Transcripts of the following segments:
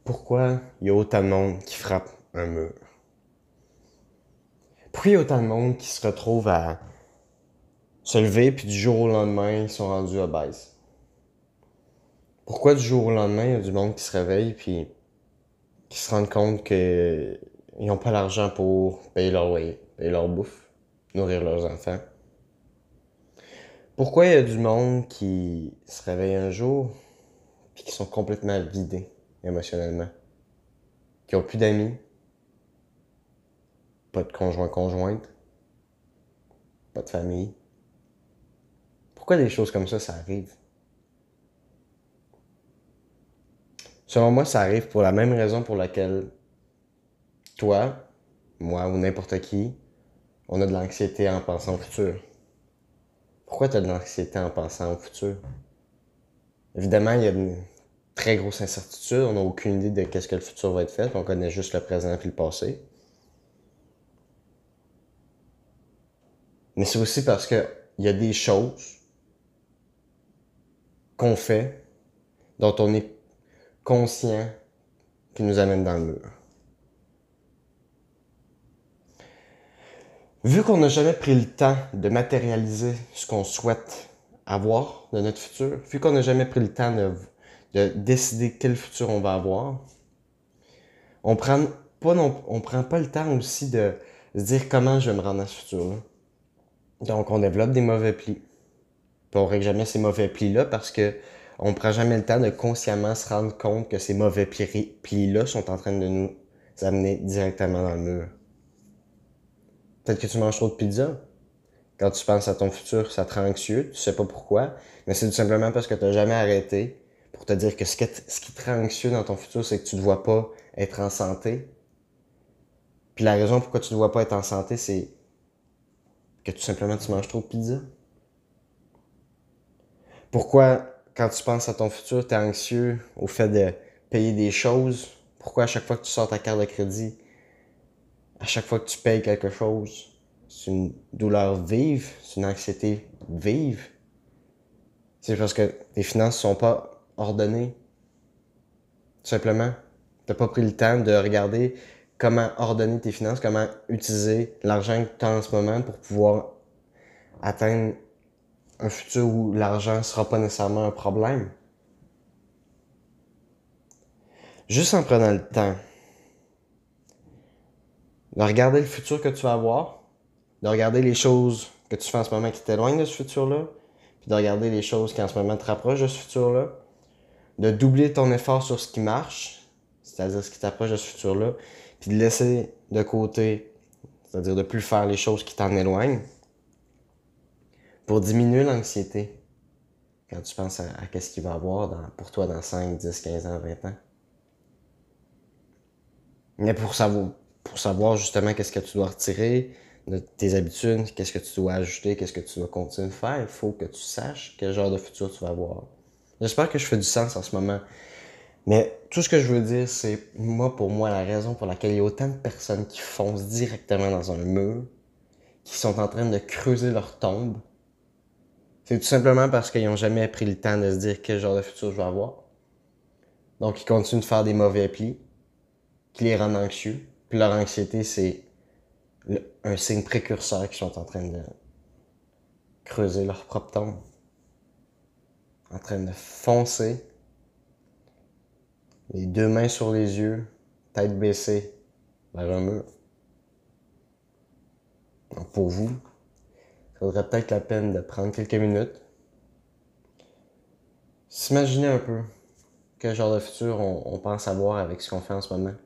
Pourquoi il y a autant de monde qui frappe un mur? Pourquoi il y a autant de monde qui se retrouve à se lever puis du jour au lendemain, ils sont rendus obèses? Pourquoi du jour au lendemain, il y a du monde qui se réveille puis qui se rendent compte qu'ils n'ont pas l'argent pour payer leur loyer, payer leur bouffe, nourrir leurs enfants? Pourquoi il y a du monde qui se réveille un jour puis qui sont complètement vidés émotionnellement? Qui ont plus d'amis, pas de conjoint-conjointe, pas de famille? Pourquoi des choses comme ça arrive? Selon moi, ça arrive pour la même raison pour laquelle toi, moi ou n'importe qui, on a de l'anxiété en pensant au futur. Pourquoi tu as de l'anxiété en pensant au futur? Évidemment, il y a une très grosse incertitude. On n'a aucune idée de qu'est-ce que le futur va être fait. On connaît juste le présent puis le passé. Mais c'est aussi parce que il y a des choses qu'on fait dont on est conscient qui nous amènent dans le mur. Vu qu'on n'a jamais pris le temps de matérialiser ce qu'on souhaite avoir de notre futur, vu qu'on n'a jamais pris le temps de décider quel futur on va avoir, on prend on prend pas le temps aussi de se dire comment je vais me rendre à ce futur-là. Donc on développe des mauvais plis. Puis on règle jamais ces mauvais plis-là parce que on prend jamais le temps de consciemment se rendre compte que ces mauvais plis-là sont en train de nous amener directement dans le mur. Peut-être que tu manges trop de pizza. Quand tu penses à ton futur, ça te rend anxieux, tu sais pas pourquoi, mais c'est tout simplement parce que tu n'as jamais arrêté pour te dire que ce qui te rend anxieux dans ton futur, c'est que tu ne te vois pas être en santé. Puis la raison pourquoi tu ne te vois pas être en santé, c'est que tout simplement tu manges trop de pizza. Pourquoi, quand tu penses à ton futur, tu es anxieux au fait de payer des choses? Pourquoi à chaque fois que tu sors ta carte de crédit, à chaque fois que tu payes quelque chose, c'est une douleur vive, c'est une anxiété vive? C'est parce que tes finances sont pas ordonnées. Tout simplement. T'as pas pris le temps de regarder comment ordonner tes finances, comment utiliser l'argent que tu as en ce moment pour pouvoir atteindre un futur où l'argent sera pas nécessairement un problème. Juste en prenant le temps de regarder le futur que tu vas avoir, de regarder les choses que tu fais en ce moment qui t'éloignent de ce futur-là, puis de regarder les choses qui en ce moment te rapprochent de ce futur-là, de doubler ton effort sur ce qui marche, c'est-à-dire ce qui t'approche de ce futur-là, puis de laisser de côté, c'est-à-dire de plus faire les choses qui t'en éloignent, pour diminuer l'anxiété quand tu penses à qu'est-ce qu'il va y avoir pour toi dans 5, 10, 15 ans, 20 ans. Mais pour savoir justement qu'est-ce que tu dois retirer de tes habitudes, qu'est-ce que tu dois ajouter, qu'est-ce que tu dois continuer de faire, il faut que tu saches quel genre de futur tu vas avoir. J'espère que je fais du sens en ce moment. Mais tout ce que je veux dire, c'est, pour moi, la raison pour laquelle il y a autant de personnes qui foncent directement dans un mur, qui sont en train de creuser leur tombe, c'est tout simplement parce qu'ils n'ont jamais pris le temps de se dire quel genre de futur je vais avoir. Donc, ils continuent de faire des mauvais plis qui les rendent anxieux. Puis leur anxiété, c'est un signe précurseur qu'ils sont en train de creuser leur propre tombe. En train de foncer, les deux mains sur les yeux, tête baissée, vers un mur. Donc pour vous, ça vaudrait peut-être la peine de prendre quelques minutes, s'imaginer un peu quel genre de futur on pense avoir avec ce qu'on fait en ce moment.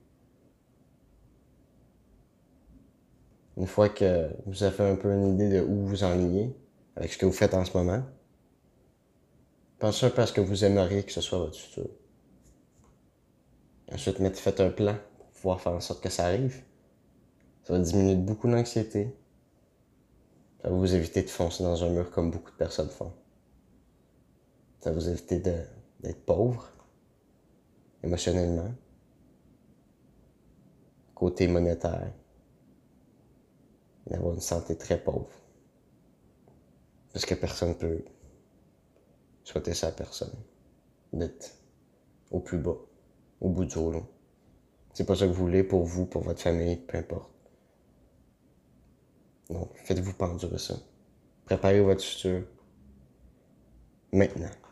Une fois que vous avez fait un peu une idée de où vous enlignez avec ce que vous faites en ce moment, pensez un peu à ce que vous aimeriez que ce soit votre futur. Ensuite, faites un plan pour pouvoir faire en sorte que ça arrive. Ça va diminuer beaucoup l'anxiété. Ça va vous éviter de foncer dans un mur comme beaucoup de personnes font. Ça va vous éviter d'être pauvre émotionnellement, côté monétaire, et d'avoir une santé très pauvre. Parce que personne ne peut souhaiter ça à personne, d'être au plus bas. au bout du rouleau. C'est pas ça que vous voulez pour vous, pour votre famille, peu importe. Donc, faites-vous pas endurer ça. Préparez votre futur maintenant.